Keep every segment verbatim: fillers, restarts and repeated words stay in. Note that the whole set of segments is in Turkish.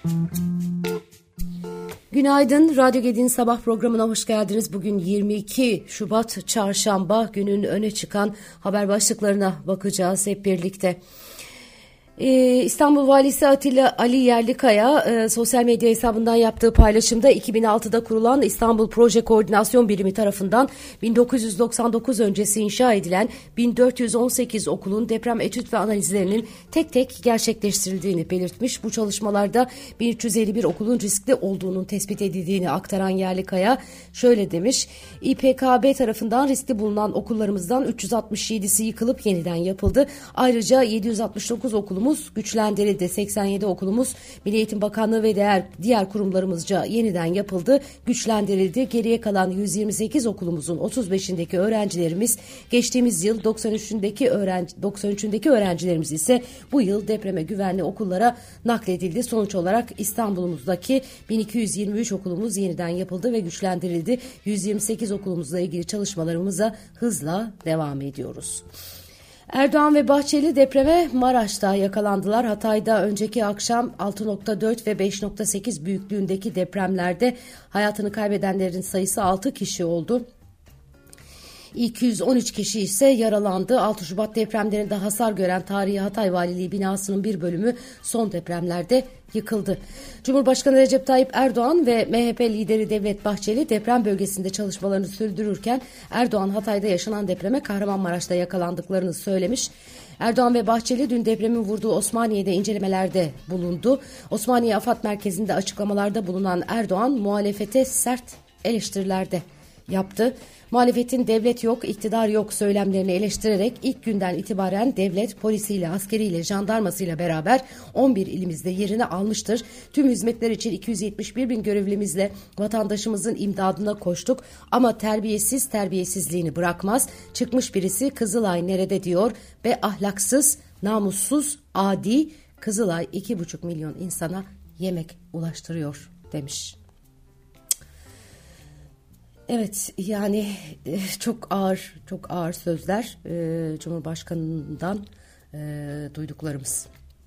Günaydın, Radyo Gedi'nin sabah programına hoş geldiniz. Bugün yirmi iki Şubat Çarşamba, günün öne çıkan haber başlıklarına bakacağız hep birlikte. Ee, İstanbul Valisi Atilla Ali Yerlikaya e, sosyal medya hesabından yaptığı paylaşımda iki bin altıda kurulan İstanbul Proje Koordinasyon Birimi tarafından bin dokuz yüz doksan dokuz öncesi inşa edilen bin dört yüz on sekiz okulun deprem etüt ve analizlerinin tek tek gerçekleştirildiğini belirtmiş. Bu çalışmalarda bin üç yüz elli bir okulun riskli olduğunun tespit edildiğini aktaran Yerlikaya şöyle demiş: İ P K B tarafından riskli bulunan okullarımızdan üç yüz altmış yedisi yıkılıp yeniden yapıldı. Ayrıca yedi yüz altmış dokuz okulumuz güçlendirildi. seksen yedi okulumuz Milli Eğitim Bakanlığı ve diğer, diğer kurumlarımızca yeniden yapıldı, güçlendirildi. Geriye kalan yüz yirmi sekiz okulumuzun otuz beşindeki öğrencilerimiz geçtiğimiz yıl, doksan üçündeki öğrenci doksan üçündeki öğrencilerimiz ise bu yıl depreme güvenli okullara nakledildi. Sonuç olarak İstanbul'umuzdaki bin iki yüz yirmi üç okulumuz yeniden yapıldı ve güçlendirildi. yüz yirmi sekiz okulumuzla ilgili çalışmalarımıza hızla devam ediyoruz. Erdoğan ve Bahçeli depreme Maraş'ta yakalandılar. Hatay'da önceki akşam altı nokta dört ve beş nokta sekiz büyüklüğündeki depremlerde hayatını kaybedenlerin sayısı altı kişi oldu. iki yüz on üç kişi ise yaralandı. altı Şubat depremlerinde hasar gören Tarihi Hatay Valiliği binasının bir bölümü son depremlerde yıkıldı. Cumhurbaşkanı Recep Tayyip Erdoğan ve M H P lideri Devlet Bahçeli deprem bölgesinde çalışmalarını sürdürürken Erdoğan Hatay'da yaşanan depreme Kahramanmaraş'ta yakalandıklarını söylemiş. Erdoğan ve Bahçeli dün depremin vurduğu Osmaniye'de incelemelerde bulundu. Osmaniye Afat Merkezi'nde açıklamalarda bulunan Erdoğan muhalefete sert eleştirilerde yaptı. Muhalefetin devlet yok, iktidar yok söylemlerini eleştirerek ilk günden itibaren devlet polisiyle, askeriyle, jandarmasıyla beraber on bir ilimizde yerini almıştır. Tüm hizmetler için iki yüz yetmiş bir bin görevlimizle vatandaşımızın imdadına koştuk ama terbiyesiz terbiyesizliğini bırakmaz. Çıkmış birisi Kızılay nerede diyor ve ahlaksız, namussuz, adi Kızılay iki buçuk milyon insana yemek ulaştırıyor demiş. Evet, yani çok ağır çok ağır sözler e, Cumhurbaşkanı'ndan e, duyduklarımız.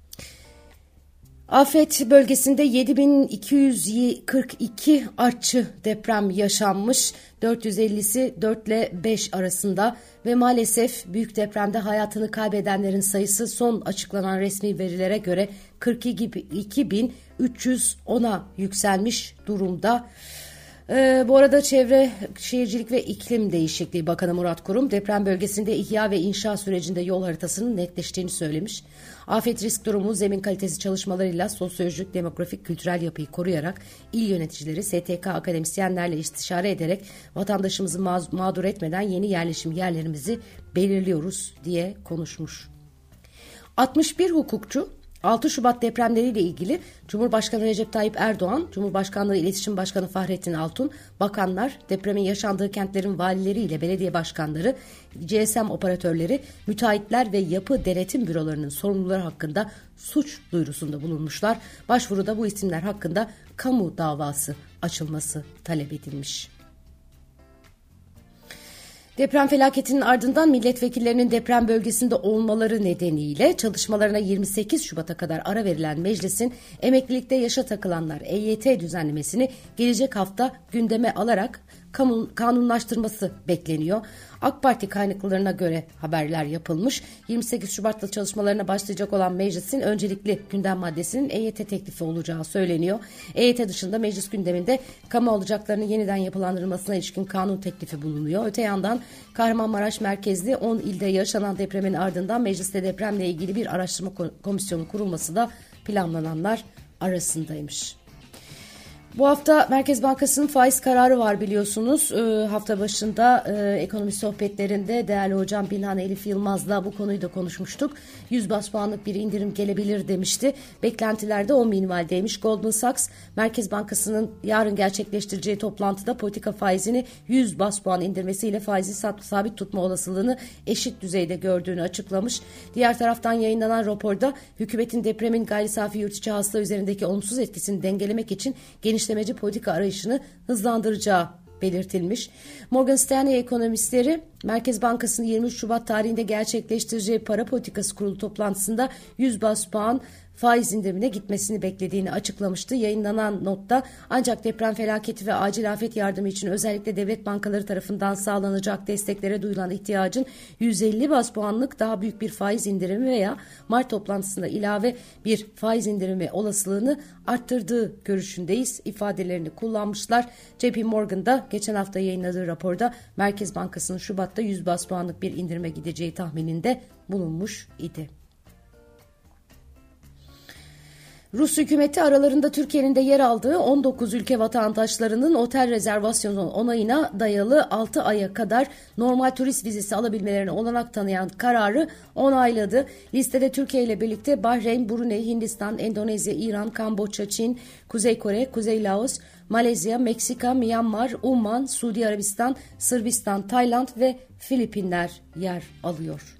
Afet bölgesinde yedi bin iki yüz kırk iki artçı deprem yaşanmış. dört yüz ellisi dört ile beş arasında ve maalesef büyük depremde hayatını kaybedenlerin sayısı son açıklanan resmi verilere göre kırk iki bin üç yüz ona yükselmiş durumda. Ee, bu arada Çevre, Şehircilik ve İklim Değişikliği Bakanı Murat Kurum deprem bölgesinde ihya ve inşa sürecinde yol haritasının netleştiğini söylemiş. Afet risk durumu zemin kalitesi çalışmalarıyla sosyolojik, demografik, kültürel yapıyı koruyarak il yöneticileri, S T K akademisyenlerle istişare ederek vatandaşımızı ma- mağdur etmeden yeni yerleşim yerlerimizi belirliyoruz diye konuşmuş. altmış bir hukukçu altı Şubat depremleriyle ilgili Cumhurbaşkanı Recep Tayyip Erdoğan, Cumhurbaşkanlığı İletişim Başkanı Fahrettin Altun, bakanlar, depremin yaşandığı kentlerin valileriyle belediye başkanları, G S M operatörleri, müteahhitler ve yapı denetim bürolarının sorumluları hakkında suç duyurusunda bulunmuşlar. Başvuruda bu isimler hakkında kamu davası açılması talep edilmiş. Deprem felaketinin ardından milletvekillerinin deprem bölgesinde olmaları nedeniyle çalışmalarına yirmi sekiz Şubat'a kadar ara verilen meclisin emeklilikte yaşa takılanlar E Y T düzenlemesini gelecek hafta gündeme alarak kanunlaştırması bekleniyor. AK Parti kaynaklarına göre haberler yapılmış. yirmi sekiz Şubat'ta çalışmalarına başlayacak olan meclisin öncelikli gündem maddesinin E Y T teklifi olacağı söyleniyor. E Y T dışında meclis gündeminde kamu alacaklarının yeniden yapılandırılmasına ilişkin kanun teklifi bulunuyor. Öte yandan Kahramanmaraş merkezli on ilde yaşanan depremin ardından mecliste depremle ilgili bir araştırma komisyonu kurulması da planlananlar arasındaymış. Bu hafta Merkez Bankası'nın faiz kararı var biliyorsunuz. E, hafta başında e, ekonomi sohbetlerinde değerli hocam Bilhan Elif Yılmaz'la bu konuyu da konuşmuştuk. yüz bas puanlık bir indirim gelebilir demişti. Beklentilerde on minvaldeymiş. Goldman Sachs, Merkez Bankası'nın yarın gerçekleştireceği toplantıda politika faizini yüz bas puan indirmesiyle faizi sabit tutma olasılığını eşit düzeyde gördüğünü açıklamış. Diğer taraftan yayınlanan raporda hükümetin depremin gayri safi yurt içi hasıla üzerindeki olumsuz etkisini dengelemek için genişlemeci politika arayışını hızlandıracağı belirtilmiş. Morgan Stanley ekonomistleri Merkez Bankası'nın yirmi üç Şubat tarihinde gerçekleştireceği para politikası kurulu toplantısında yüz bas puan faiz indirimine gitmesini beklediğini açıklamıştı. Yayınlanan notta ancak deprem felaketi ve acil afet yardımı için özellikle devlet bankaları tarafından sağlanacak desteklere duyulan ihtiyacın yüz elli bas puanlık daha büyük bir faiz indirimi veya Mart toplantısında ilave bir faiz indirimi olasılığını arttırdığı görüşündeyiz ifadelerini kullanmışlar. J P Morgan'da geçen hafta yayınladığı raporda Merkez Bankası'nın Şubat'ta yüz bas puanlık bir indirime gideceği tahmininde bulunmuş idi. Rus hükümeti aralarında Türkiye'nin de yer aldığı on dokuz ülke vatandaşlarının otel rezervasyonu onayına dayalı altı aya kadar normal turist vizesi alabilmelerine olanak tanıyan kararı onayladı. Listede Türkiye ile birlikte Bahreyn, Brunei, Hindistan, Endonezya, İran, Kamboçya, Çin, Kuzey Kore, Kuzey Laos, Malezya, Meksika, Myanmar, Umman, Suudi Arabistan, Sırbistan, Tayland ve Filipinler yer alıyor.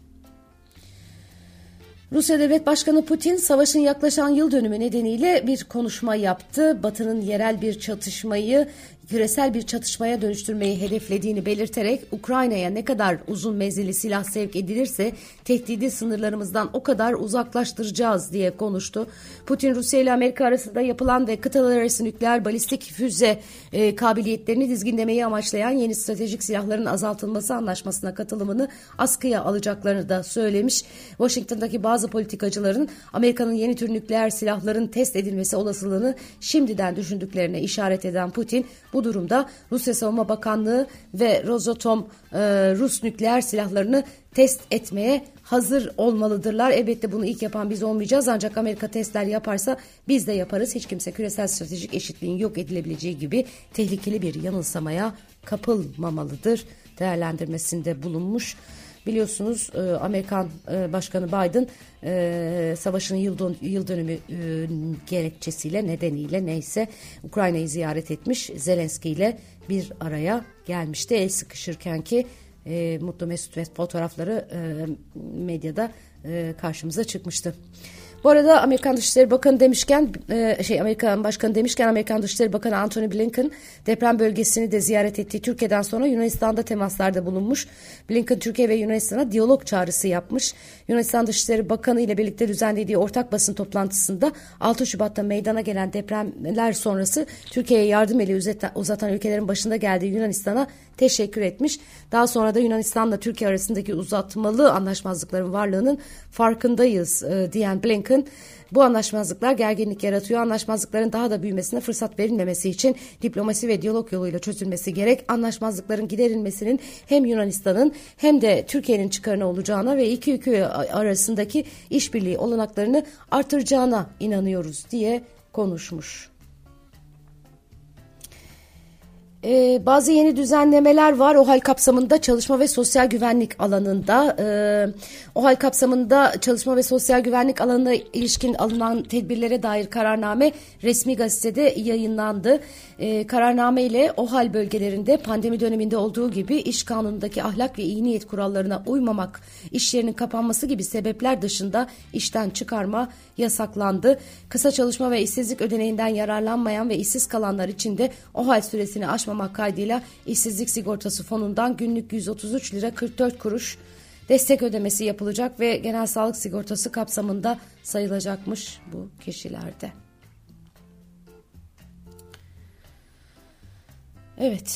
Rusya Devlet Başkanı Putin, savaşın yaklaşan yıl dönümü nedeniyle bir konuşma yaptı. Batı'nın yerel bir çatışmayı küresel bir çatışmaya dönüştürmeyi hedeflediğini belirterek Ukrayna'ya ne kadar uzun menzilli silah sevk edilirse tehdidi sınırlarımızdan o kadar uzaklaştıracağız diye konuştu. Putin, Rusya ile Amerika arasında yapılan ve kıtalar arası nükleer balistik füze e, kabiliyetlerini dizginlemeyi amaçlayan yeni stratejik silahların azaltılması anlaşmasına katılımını askıya alacaklarını da söylemiş. Washington'daki bazı politikacıların Amerika'nın yeni tür nükleer silahların test edilmesi olasılığını şimdiden düşündüklerine işaret eden Putin, bu durumda Rusya Savunma Bakanlığı ve Rosatom e, Rus nükleer silahlarını test etmeye hazır olmalıdırlar. Elbette bunu ilk yapan biz olmayacağız, ancak Amerika testler yaparsa biz de yaparız. Hiç kimse küresel stratejik eşitliğin yok edilebileceği gibi tehlikeli bir yanılsamaya kapılmamalıdır değerlendirmesinde bulunmuş. Biliyorsunuz Amerikan Başkanı Biden savaşın yıl, dön- yıl dönümü gerekçesiyle nedeniyle neyse Ukrayna'yı ziyaret etmiş. Zelenski ile bir araya gelmişti. El sıkışırken ki e, mutlu mesut ve fotoğrafları e, medyada e, karşımıza çıkmıştı. Bu arada Amerikan Dışişleri Bakanı demişken, e, şey Amerikan Başkanı demişken Amerikan Dışişleri Bakanı Antony Blinken deprem bölgesini de ziyaret ettiği Türkiye'den sonra Yunanistan'da temaslarda bulunmuş. Blinken Türkiye ve Yunanistan'a diyalog çağrısı yapmış. Yunanistan Dışişleri Bakanı ile birlikte düzenlediği ortak basın toplantısında altı Şubat'ta meydana gelen depremler sonrası Türkiye'ye yardım eli uzatan ülkelerin başında geldiği Yunanistan'a teşekkür etmiş. Daha sonra da Yunanistan'la Türkiye arasındaki uzatmalı anlaşmazlıkların varlığının farkındayız e, diyen Blinken, bu anlaşmazlıklar gerginlik yaratıyor. Anlaşmazlıkların daha da büyümesine fırsat verilmemesi için diplomasi ve diyalog yoluyla çözülmesi gerek. Anlaşmazlıkların giderilmesinin hem Yunanistan'ın hem de Türkiye'nin çıkarına olacağına ve iki ülke arasındaki işbirliği olanaklarını artıracağına inanıyoruz diye konuşmuş. Ee, bazı yeni düzenlemeler var OHAL kapsamında çalışma ve sosyal güvenlik alanında. Ee, OHAL kapsamında çalışma ve sosyal güvenlik alanına ilişkin alınan tedbirlere dair kararname resmi gazetede yayınlandı. Ee, kararname ile OHAL bölgelerinde pandemi döneminde olduğu gibi iş kanunundaki ahlak ve iyi niyet kurallarına uymamak, iş yerinin kapanması gibi sebepler dışında işten çıkarma yasaklandı. Kısa çalışma ve işsizlik ödeneğinden yararlanmayan ve işsiz kalanlar için de OHAL süresini aşmamak kaydıyla işsizlik sigortası fonundan günlük yüz otuz üç lira kırk dört kuruş destek ödemesi yapılacak ve genel sağlık sigortası kapsamında sayılacakmış bu kişilerde. Evet.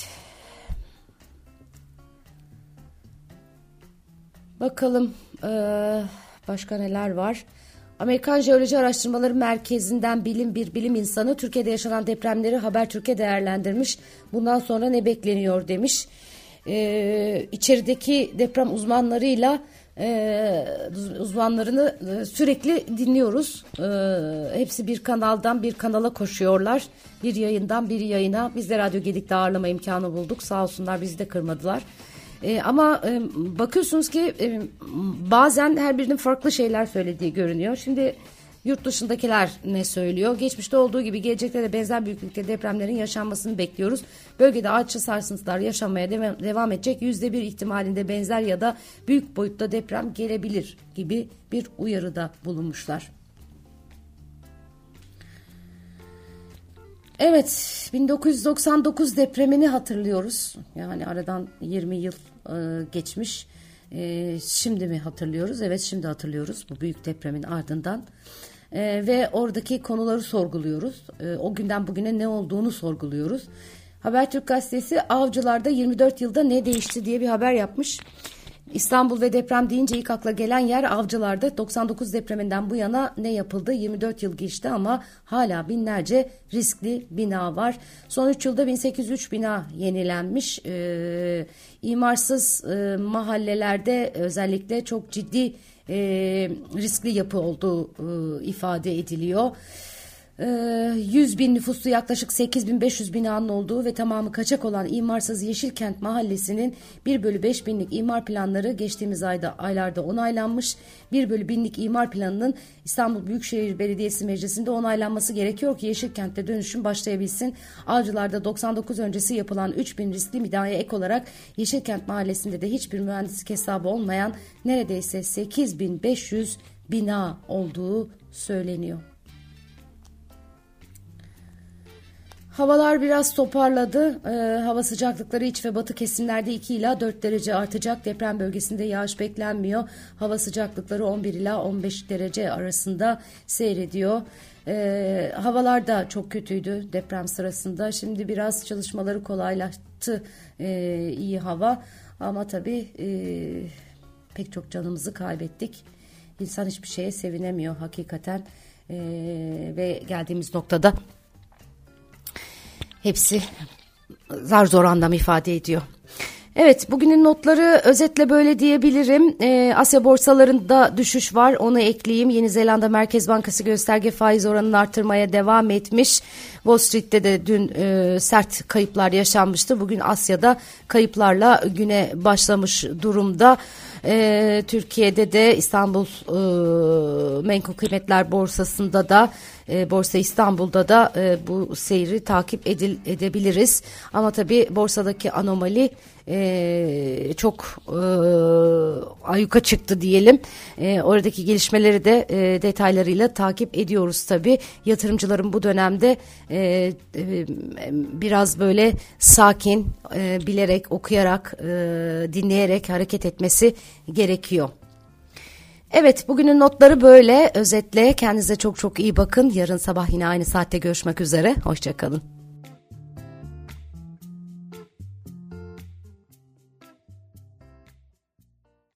Bakalım ee, başka neler var? Amerikan Jeoloji Araştırmaları Merkezi'nden bilim bir bilim insanı Türkiye'de yaşanan depremleri Habertürk'e değerlendirmiş. Bundan sonra ne bekleniyor demiş. Ee, içerideki deprem uzmanlarıyla e, uzmanlarını e, sürekli dinliyoruz. E, hepsi bir kanaldan bir kanala koşuyorlar. Bir yayından bir yayına. Biz de Radyo Gedik'te ağırlama imkanı bulduk. Sağ olsunlar, bizi de kırmadılar. E, ama e, bakıyorsunuz ki e, bazen her birinin farklı şeyler söylediği görünüyor. Şimdi yurt dışındakiler ne söylüyor? Geçmişte olduğu gibi gelecekte de benzer büyüklükte depremlerin yaşanmasını bekliyoruz. Bölgede artçı sarsıntılar yaşanmaya devam, devam edecek. Yüzde bir ihtimalinde benzer ya da büyük boyutta deprem gelebilir gibi bir uyarıda bulunmuşlar. Evet, bin dokuz yüz doksan dokuz depremini hatırlıyoruz. Yani aradan yirmi yıl e, geçmiş. E, şimdi mi hatırlıyoruz? Evet, şimdi hatırlıyoruz bu büyük depremin ardından. e, ve oradaki konuları sorguluyoruz. E, o günden bugüne ne olduğunu sorguluyoruz. Habertürk gazetesi Avcılar'da yirmi dört yılda ne değişti diye bir haber yapmış. İstanbul ve deprem deyince ilk akla gelen yer Avcılar'da. doksan dokuz depreminden bu yana ne yapıldı? yirmi dört yıl geçti ama hala binlerce riskli bina var. Son üç yılda bin sekiz yüz üç bina yenilenmiş. Ee, imarsız e, mahallelerde özellikle çok ciddi e, riskli yapı olduğu e, ifade ediliyor. yüz bin nüfuslu yaklaşık sekiz bin beş yüz binanın olduğu ve tamamı kaçak olan imarsız Yeşilkent Mahallesi'nin bir bölü beş binlik imar planları geçtiğimiz ayda aylarda onaylanmış. bir bölü binlik imar planının İstanbul Büyükşehir Belediyesi Meclisi'nde onaylanması gerekiyor ki Yeşilkent'te dönüşüm başlayabilsin. Avcılar'da doksan dokuz öncesi yapılan üç bin riskli binaya ek olarak Yeşilkent Mahallesi'nde de hiçbir mühendislik hesabı olmayan neredeyse sekiz bin beş yüz bina olduğu söyleniyor. Havalar biraz toparladı. Ee, hava sıcaklıkları iç ve batı kesimlerde iki ila dört derece artacak. Deprem bölgesinde yağış beklenmiyor. Hava sıcaklıkları on bir ila on beş derece arasında seyrediyor. Ee, havalar da çok kötüydü deprem sırasında. Şimdi biraz çalışmaları kolaylaştı ee, iyi hava. Ama tabii e, pek çok canımızı kaybettik. İnsan hiçbir şeye sevinemiyor hakikaten. Ee, ve geldiğimiz noktada hepsi zar zor anlam ifade ediyor. Evet, bugünün notları özetle böyle diyebilirim. Ee, Asya borsalarında düşüş var, onu ekleyeyim. Yeni Zelanda Merkez Bankası gösterge faiz oranını artırmaya devam etmiş. Wall Street'te de dün e, sert kayıplar yaşanmıştı. Bugün Asya'da kayıplarla güne başlamış durumda. Ee, Türkiye'de de İstanbul e, Menkul Kıymetler Borsası'nda da e, Borsa İstanbul'da da e, bu seyri takip edil, edebiliriz. Ama tabii borsadaki anomali e, çok e, ayyuka çıktı diyelim. E, oradaki gelişmeleri de e, detaylarıyla takip ediyoruz tabii. Yatırımcıların bu dönemde e, e, biraz böyle sakin, e, bilerek, okuyarak, e, dinleyerek hareket etmesi gerekiyor. Evet, bugünün notları böyle. Özetle kendinize çok çok iyi bakın. Yarın sabah yine aynı saatte görüşmek üzere. Hoşça kalın.